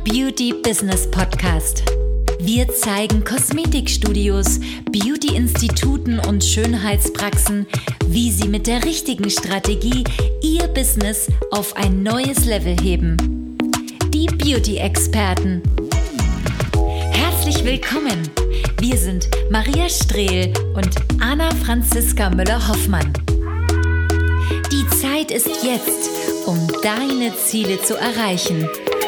Beauty Business Podcast. Wir zeigen Kosmetikstudios, Beauty-Instituten und Schönheitspraxen, wie sie mit der richtigen Strategie ihr Business auf ein neues Level heben. Die Beauty-Experten. Herzlich willkommen. Wir sind Maria Strehl und Anna-Franziska Müller-Hoffmann. Die Zeit ist jetzt, um deine Ziele zu erreichen.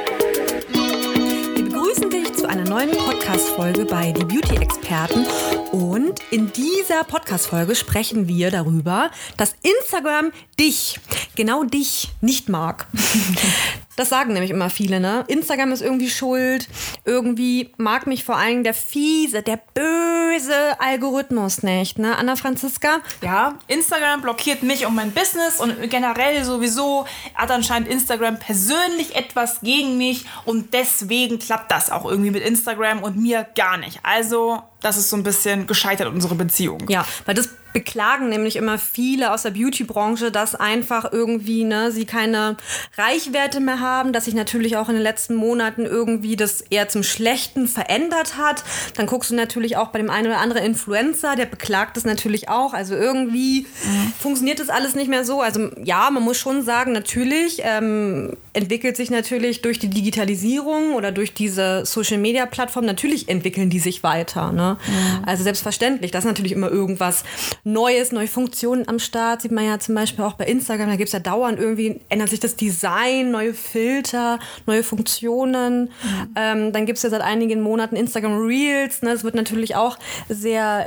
Wir begrüßen dich zu einer neuen Podcast-Folge bei Die Beauty-Experten. Und in dieser Podcast-Folge sprechen wir darüber, dass Instagram dich, genau dich, nicht mag. Das sagen nämlich immer viele, ne? Instagram ist irgendwie schuld. Irgendwie mag mich vor allem der fiese, der böse Algorithmus nicht, ne? Anna-Franziska? Ja, Instagram blockiert mich und mein Business und generell sowieso hat anscheinend Instagram persönlich etwas gegen mich und deswegen klappt das auch irgendwie mit Instagram und mir gar nicht. Also, das ist so ein bisschen gescheitert, unsere Beziehung. Ja, weil das beklagen nämlich immer viele aus der Beauty-Branche, dass einfach irgendwie sie keine Reichweite mehr haben, dass sich natürlich auch in den letzten Monaten irgendwie das eher zum Schlechten verändert hat. Dann guckst du natürlich auch bei dem einen oder anderen Influencer, der beklagt das natürlich auch. Also irgendwie funktioniert das alles nicht mehr so. Also ja, man muss schon sagen, natürlich entwickelt sich natürlich durch die Digitalisierung oder durch diese Social-Media-Plattform, natürlich entwickeln die sich weiter. Ne? Also selbstverständlich, das ist natürlich immer irgendwas Neues, neue Funktionen am Start, sieht man ja zum Beispiel auch bei Instagram, da gibt es ja dauernd irgendwie, ändert sich das Design, neue Filter, neue Funktionen. Dann gibt es ja seit einigen Monaten Instagram Reels, ne? Das wird natürlich auch sehr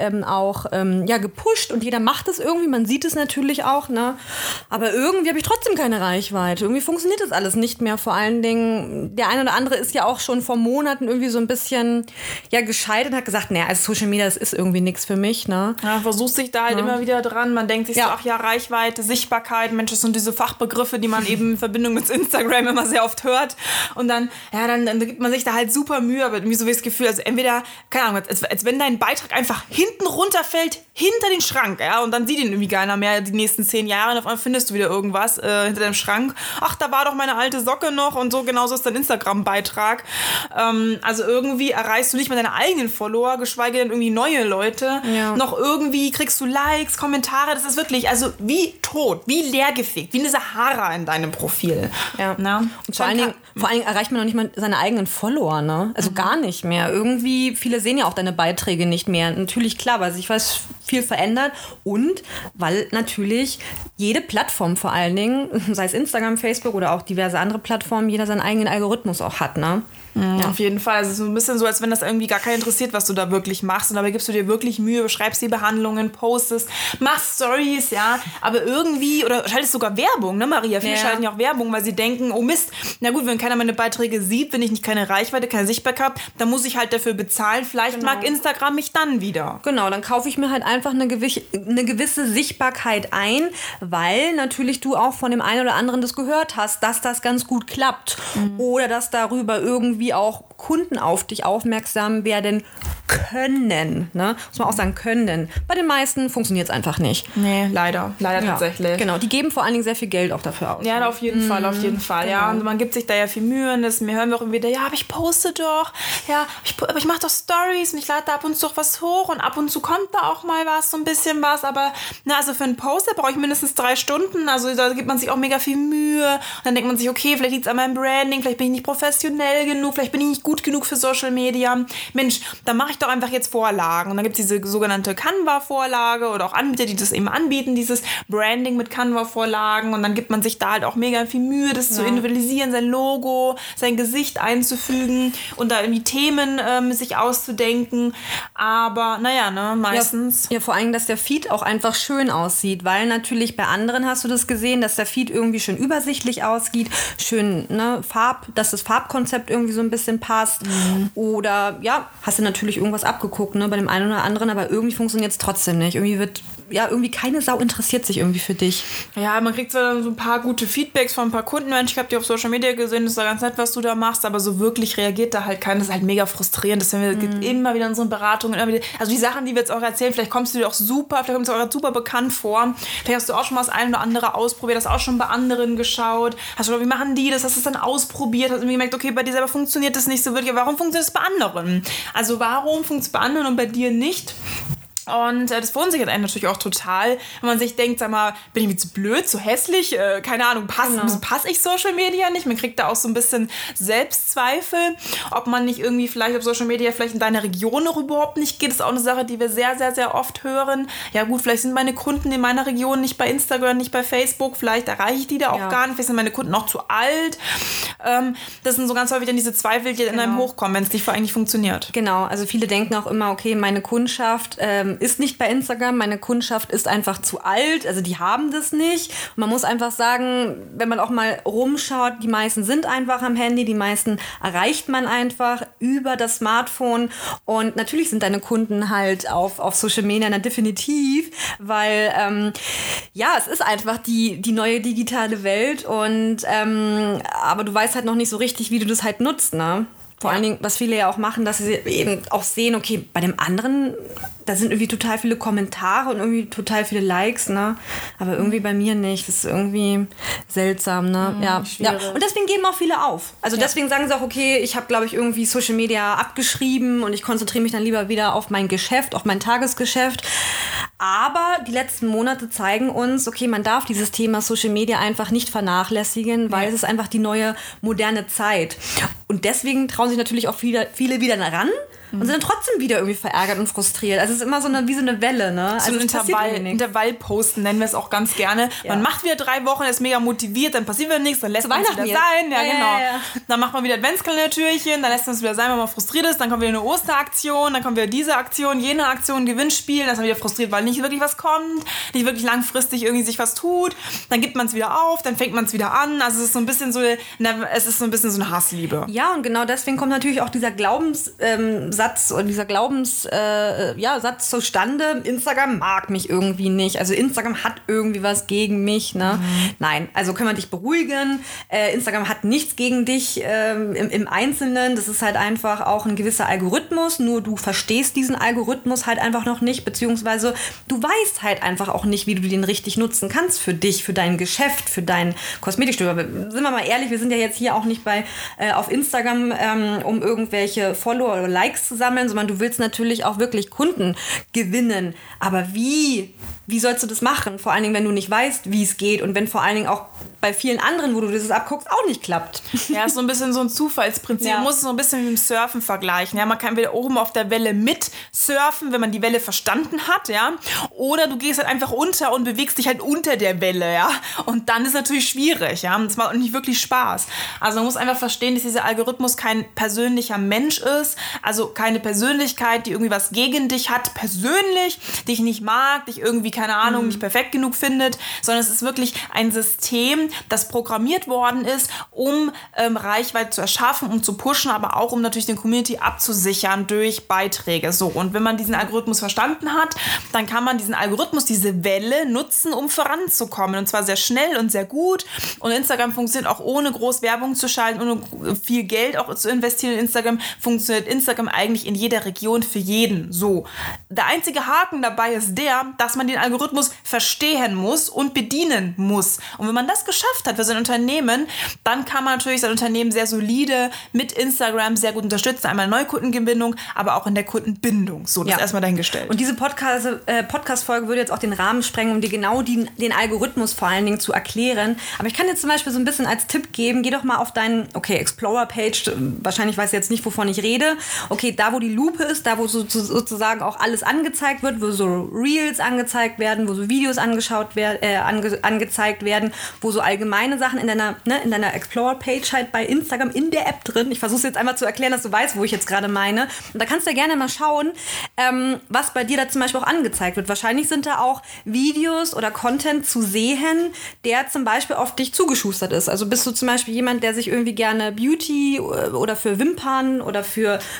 gepusht und jeder macht es irgendwie, man sieht es natürlich auch, ne? Aber irgendwie habe ich trotzdem keine Reichweite. Irgendwie funktioniert das alles nicht mehr. Vor allen Dingen, der eine oder andere ist ja auch schon vor Monaten irgendwie so ein bisschen gescheitert und hat gesagt, naja, also Social Media, das ist irgendwie nichts für mich, ne? Ja, versuchst dich da halt immer wieder dran. Man denkt sich so, ach ja, Reichweite, Sichtbarkeit, Mensch, das sind diese Fachbegriffe, die man eben in Verbindung mit Instagram immer sehr oft hört. Und dann gibt man sich da halt super Mühe, aber irgendwie so wie das Gefühl, also entweder, keine Ahnung, als wenn dein Beitrag einfach hinten runterfällt, hinter den Schrank, ja, und dann sieht ihn irgendwie keiner mehr die nächsten 10 Jahre und auf einmal findest du wieder irgendwas hinter deinem Schrank. Ach, da war doch meine alte Socke noch und so, genauso ist dein Instagram-Beitrag. Also irgendwie erreichst du nicht mal deine eigenen Follower, geschweige denn irgendwie neue Leute. Ja. Noch irgendwie kriegst du Likes, Kommentare, das ist wirklich, also wie tot, wie leergefegt, wie eine Sahara in deinem Profil. Ja. Na? Und vor allen Dingen erreicht man noch nicht mal seine eigenen Follower, ne? Also gar nicht mehr. Irgendwie, viele sehen ja auch deine Beiträge nicht mehr. Natürlich, klar, weil sich was viel verändert und weil natürlich jede Plattform vor allen Dingen, sei es Instagram, Facebook oder auch diverse andere Plattformen, jeder seinen eigenen Algorithmus auch hat, ne? Ja. Auf jeden Fall. Also so ein bisschen so, als wenn das irgendwie gar keinen interessiert, was du da wirklich machst. Und dabei gibst du dir wirklich Mühe, beschreibst die Behandlungen, postest, machst Stories, ja. Aber irgendwie, oder schaltest sogar Werbung, ne, Maria? Viele schalten ja auch Werbung, weil sie denken, oh Mist, na gut, wenn keiner meine Beiträge sieht, wenn ich nicht keine Reichweite, keine Sichtbarkeit habe, dann muss ich halt dafür bezahlen. Vielleicht mag Instagram mich dann wieder. Genau, dann kaufe ich mir halt einfach eine gewisse Sichtbarkeit ein, weil natürlich du auch von dem einen oder anderen das gehört hast, dass das ganz gut klappt. Oder dass darüber irgendwie auch Kunden auf dich aufmerksam werden können. Ne? Muss man auch sagen, können. Bei den meisten funktioniert es einfach nicht. Nee, leider tatsächlich. Genau, die geben vor allen Dingen sehr viel Geld auch dafür aus. Ja, auf jeden Fall. Genau. Ja, und man gibt sich da ja viel Mühe und wir hören auch immer wieder, ja, aber ich poste doch, ja, aber ich mache doch Stories und ich lade da ab und zu doch was hoch und ab und zu kommt da auch mal was, so ein bisschen was, aber also für einen Post, da brauche ich mindestens 3 Stunden, also da gibt man sich auch mega viel Mühe und dann denkt man sich, okay, vielleicht liegt es an meinem Branding, vielleicht bin ich nicht professionell genug, vielleicht bin ich nicht gut genug für Social Media. Mensch, da mache ich doch einfach jetzt Vorlagen. Und dann gibt es diese sogenannte Canva-Vorlage oder auch Anbieter, die das eben anbieten, dieses Branding mit Canva-Vorlagen. Und dann gibt man sich da halt auch mega viel Mühe, das zu individualisieren, sein Logo, sein Gesicht einzufügen und da irgendwie Themen sich auszudenken. Aber meistens. Ja, vor allem, dass der Feed auch einfach schön aussieht, weil natürlich bei anderen hast du das gesehen, dass der Feed irgendwie schön übersichtlich aussieht, schön, dass das Farbkonzept irgendwie so ein bisschen passt. Oder hast du natürlich irgendwas abgeguckt, ne, bei dem einen oder anderen, aber irgendwie funktioniert es trotzdem nicht. Irgendwie wird irgendwie keine Sau interessiert sich irgendwie für dich. Ja, man kriegt so ein paar gute Feedbacks von ein paar Kunden. Ich habe die auf Social Media gesehen, das ist ja ganz nett, was du da machst, aber so wirklich reagiert da halt keiner. Das ist halt mega frustrierend. Das geht immer wieder in unseren Beratungen. Also die Sachen, die wir jetzt auch erzählen, vielleicht kommst du dir auch super bekannt vor. Vielleicht hast du auch schon mal das eine oder andere ausprobiert, hast auch schon bei anderen geschaut. Hast du, wie machen die das? Hast du es dann ausprobiert? Hast du gemerkt, okay, bei dir selber funktioniert das nicht so wirklich. Warum funktioniert es bei anderen? Also warum funktioniert es bei anderen und bei dir nicht? Und das verunsichert einen natürlich auch total, wenn man sich denkt, sag mal, bin ich mir zu blöd, zu hässlich, keine Ahnung, passe ich Social Media nicht? Man kriegt da auch so ein bisschen Selbstzweifel, ob man nicht irgendwie vielleicht auf Social Media vielleicht in deiner Region noch überhaupt nicht geht. Das ist auch eine Sache, die wir sehr, sehr, sehr oft hören. Ja gut, vielleicht sind meine Kunden in meiner Region nicht bei Instagram, nicht bei Facebook, vielleicht erreiche ich die da auch gar nicht, vielleicht sind meine Kunden auch zu alt. Das sind so ganz häufig dann diese Zweifel, die in einem hochkommen, wenn es nicht eigentlich funktioniert. Genau, also viele denken auch immer, okay, meine Kundschaft ist nicht bei Instagram, meine Kundschaft ist einfach zu alt, also die haben das nicht. Und man muss einfach sagen, wenn man auch mal rumschaut, die meisten sind einfach am Handy, die meisten erreicht man einfach über das Smartphone und natürlich sind deine Kunden halt auf Social Media definitiv, weil es ist einfach die neue digitale Welt und aber du weißt halt noch nicht so richtig, wie du das halt nutzt, ne? Vor allen Dingen, was viele ja auch machen, dass sie eben auch sehen, okay, bei dem anderen, da sind irgendwie total viele Kommentare und irgendwie total viele Likes, ne? Aber irgendwie bei mir nicht. Das ist irgendwie seltsam, ne? Ja. Und deswegen geben auch viele auf. Also deswegen sagen sie auch, okay, ich habe, glaube ich, irgendwie Social Media abgeschrieben und ich konzentriere mich dann lieber wieder auf mein Geschäft, auf mein Tagesgeschäft. Aber die letzten Monate zeigen uns, okay, man darf dieses Thema Social Media einfach nicht vernachlässigen, weil es ist einfach die neue moderne Zeit. Und deswegen trauen sich natürlich auch viele wieder ran und sind dann trotzdem wieder irgendwie verärgert und frustriert. Also es ist immer so wie so eine Welle, ne? So also ein Intervallposten nennen wir es auch ganz gerne. Ja. Man macht wieder 3 Wochen, ist mega motiviert, dann passiert wieder nichts, dann lässt man es wieder sein. Ja, genau. Ja. Dann macht man wieder Adventskalendertürchen, dann lässt man es wieder sein, wenn man frustriert ist, dann kommt wieder eine Osteraktion, dann kommt wieder diese Aktion, jene Aktion, Gewinnspiel, dann ist man wieder frustriert, weil nicht wirklich was kommt, nicht wirklich langfristig irgendwie sich was tut. Dann gibt man es wieder auf, dann fängt man es wieder an. Also es ist so ein bisschen so eine Hassliebe. Ja, und genau deswegen kommt natürlich auch dieser Glaubenssatz oder dieser Satz zustande. Instagram mag mich irgendwie nicht. Also Instagram hat irgendwie was gegen mich. Ne? Nein, also können wir dich beruhigen. Instagram hat nichts gegen dich im Einzelnen. Das ist halt einfach auch ein gewisser Algorithmus. Nur du verstehst diesen Algorithmus halt einfach noch nicht, beziehungsweise du weißt halt einfach auch nicht, wie du den richtig nutzen kannst für dich, für dein Geschäft, für dein Kosmetikstudio. Sind wir mal ehrlich, wir sind ja jetzt hier auch nicht auf Instagram, um irgendwelche Follower oder Likes zu sammeln, sondern du willst natürlich auch wirklich Kunden gewinnen. Aber wie sollst du das machen? Vor allen Dingen, wenn du nicht weißt, wie es geht und wenn vor allen Dingen auch bei vielen anderen, wo du das abguckst, auch nicht klappt. Ja, ist so ein bisschen so ein Zufallsprinzip. Man muss es so ein bisschen mit dem Surfen vergleichen. Ja, man kann wieder oben auf der Welle mit surfen, wenn man die Welle verstanden hat, ja. Oder du gehst halt einfach unter und bewegst dich halt unter der Welle, ja. Und dann ist es natürlich schwierig, ja. Das macht auch nicht wirklich Spaß. Also man muss einfach verstehen, dass dieser Algorithmus kein persönlicher Mensch ist. Also keine Persönlichkeit, die irgendwie was gegen dich hat, persönlich, dich nicht mag, dich irgendwie, keine Ahnung, nicht perfekt genug findet, sondern es ist wirklich ein System, das programmiert worden ist, um Reichweite zu erschaffen, um zu pushen, aber auch um natürlich den Community abzusichern durch Beiträge. So, und wenn man diesen Algorithmus verstanden hat, dann kann man diesen Algorithmus, diese Welle nutzen, um voranzukommen. Und zwar sehr schnell und sehr gut. Und Instagram funktioniert auch ohne groß Werbung zu schalten, ohne viel Geld auch zu investieren in Instagram, funktioniert Instagram eigentlich in jeder Region für jeden. So. Der einzige Haken dabei ist dass man den Algorithmus verstehen muss und bedienen muss. Und wenn man das geschafft hat für sein Unternehmen, dann kann man natürlich sein Unternehmen sehr solide mit Instagram sehr gut unterstützen. Einmal in der Neukundengewinnung, aber auch in der Kundenbindung. So, das ist erstmal dahingestellt. Und diese Podcast-Folge würde jetzt auch den Rahmen sprengen, um dir genau den Algorithmus vor allen Dingen zu erklären. Aber ich kann dir zum Beispiel so ein bisschen als Tipp geben, geh doch mal auf deinen, Explorer-Page, wahrscheinlich weißt du jetzt nicht, wovon ich rede. Okay, da wo die Lupe ist, da wo sozusagen auch alles angezeigt wird, wo so Reels angezeigt werden, wo so Videos angezeigt werden, wo so allgemeine Sachen in deiner Explorer-Page halt bei Instagram in der App drin. Ich versuche es jetzt einmal zu erklären, dass du weißt, wo ich jetzt gerade meine. Und da kannst du ja gerne mal schauen, was bei dir da zum Beispiel auch angezeigt wird. Wahrscheinlich sind da auch Videos oder Content zu sehen, der zum Beispiel auf dich zugeschustert ist. Also bist du zum Beispiel jemand, der sich irgendwie gerne Beauty oder für Wimpern oder für Kosmetik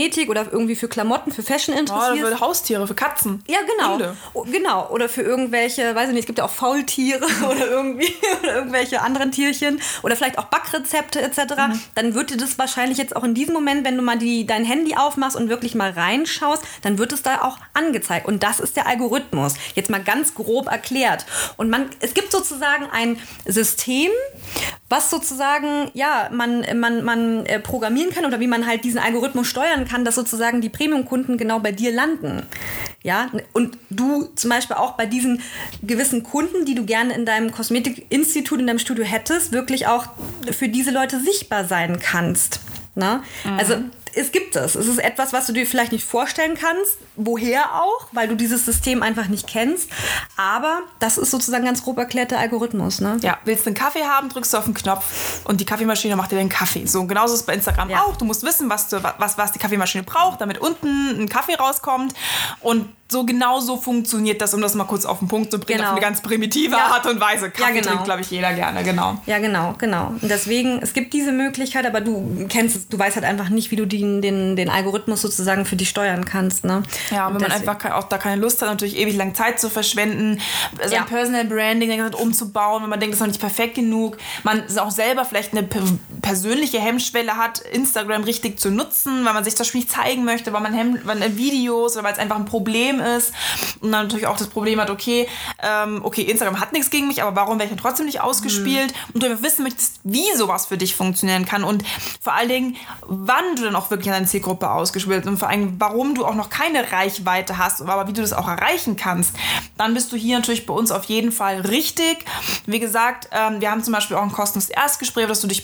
Kosmetik oder irgendwie für Klamotten, für Fashion interessierst. Oder für Haustiere, für Katzen. Ja, genau. Hunde. Genau. Oder für irgendwelche, weiß ich nicht, es gibt ja auch Faultiere oder irgendwelche anderen Tierchen oder vielleicht auch Backrezepte etc. Dann wird dir das wahrscheinlich jetzt auch in diesem Moment, wenn du mal dein Handy aufmachst und wirklich mal reinschaust, dann wird es da auch angezeigt. Und das ist der Algorithmus. Jetzt mal ganz grob erklärt. Und es gibt sozusagen ein System, was sozusagen, ja, man programmieren kann oder wie man halt diesen Algorithmus steuern kann, dass sozusagen die Premium-Kunden genau bei dir landen. Ja, und du zum Beispiel auch bei diesen gewissen Kunden, die du gerne in deinem Kosmetikinstitut, in deinem Studio hättest, wirklich auch für diese Leute sichtbar sein kannst. Ne? Also es gibt es. Es ist etwas, was du dir vielleicht nicht vorstellen kannst. Woher auch? Weil du dieses System einfach nicht kennst. Aber das ist sozusagen ganz grob erklärt der Algorithmus. Ne? Ja, willst du einen Kaffee haben, drückst du auf den Knopf und die Kaffeemaschine macht dir den Kaffee. So, und genauso ist es bei Instagram auch. Du musst wissen, was die Kaffeemaschine braucht, damit unten ein Kaffee rauskommt. Und so genau so funktioniert das, um das mal kurz auf den Punkt zu bringen, auf eine ganz primitive Art und Weise. Kaffee trinkt, glaube ich, jeder gerne, genau. Ja, genau. Und deswegen, es gibt diese Möglichkeit, aber du kennst es, du weißt halt einfach nicht, wie du den Algorithmus sozusagen für dich steuern kannst. Ne? Ja, und wenn man einfach auch da keine Lust hat, natürlich ewig lang Zeit zu verschwenden, sein Personal Branding umzubauen, wenn man denkt, das ist noch nicht perfekt genug, man auch selber vielleicht eine persönliche Hemmschwelle hat, Instagram richtig zu nutzen, weil man sich das Spiel nicht zeigen möchte, weil man Videos oder weil es einfach ein Problem ist und dann natürlich auch das Problem hat, okay, Instagram hat nichts gegen mich, aber warum werde ich dann trotzdem nicht ausgespielt? Und du wissen möchtest, wie sowas für dich funktionieren kann und vor allen Dingen, wann du dann auch wirklich an deine Zielgruppe ausgespielt und vor allem, warum du auch noch keine Reichweite hast, aber wie du das auch erreichen kannst, dann bist du hier natürlich bei uns auf jeden Fall richtig. Wie gesagt, wir haben zum Beispiel auch ein kostenloses Erstgespräch, auf das du dich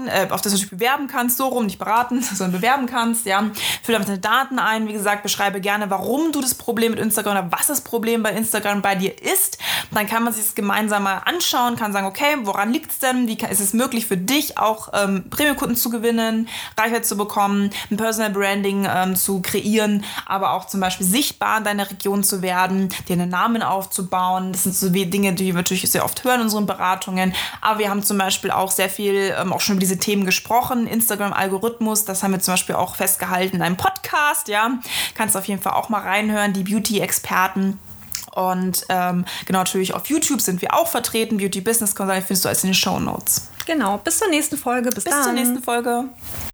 bewerben kannst, nicht beraten, sondern bewerben kannst, ja. Füll damit deine Daten ein, wie gesagt, beschreibe gerne, warum du das Problem mit Instagram oder was das Problem bei Instagram bei dir ist. Dann kann man sich das gemeinsam mal anschauen, kann sagen, okay, woran liegt es denn? Wie ist es möglich für dich auch Premium-Kunden zu gewinnen, Reichweite zu bekommen, ein Personal Branding zu kreieren, aber auch zum Beispiel sichtbar in deiner Region zu werden, dir einen Namen aufzubauen. Das sind so Dinge, die wir natürlich sehr oft hören in unseren Beratungen. Aber wir haben zum Beispiel auch sehr viel auch schon über diese Themen gesprochen. Instagram-Algorithmus, das haben wir zum Beispiel auch festgehalten in einem Podcast. Ja, kannst auf jeden Fall auch mal reinhören, die Beauty-Experten. Und natürlich auf YouTube sind wir auch vertreten. Beauty Business Consulting findest du alles in den Shownotes. Genau, bis zur nächsten Folge. Bis dann. Bis zur nächsten Folge.